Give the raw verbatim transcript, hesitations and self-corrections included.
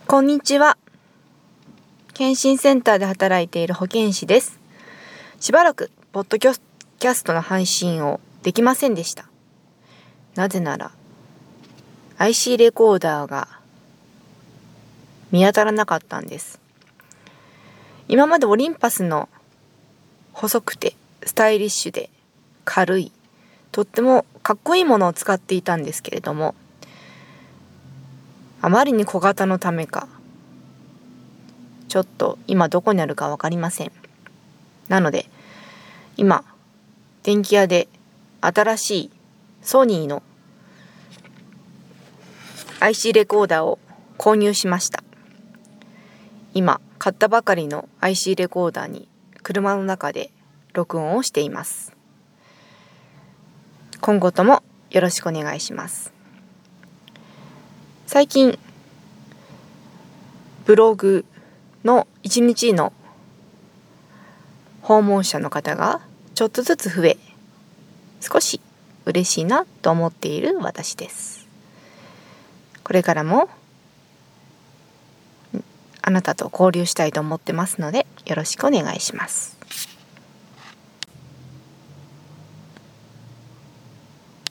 こんにちは。検診センターで働いている保健師です。しばらくポッドキャストの配信をできませんでした。なぜなら アイシー レコーダーが見当たらなかったんです。今までオリンパスの細くてスタイリッシュで軽い、とってもかっこいいものを使っていたんですけれども、あまりに小型のためか、ちょっと今どこにあるかわかりません。なので、今、電気屋で新しいソニーの アイシー レコーダーを購入しました。今、買ったばかりの アイシー レコーダーに車の中で録音をしています。今後ともよろしくお願いします。最近、ブログのいちにちの訪問者の方がちょっとずつ増え、少し嬉しいなと思っている私です。これからもあなたと交流したいと思ってますので、よろしくお願いします。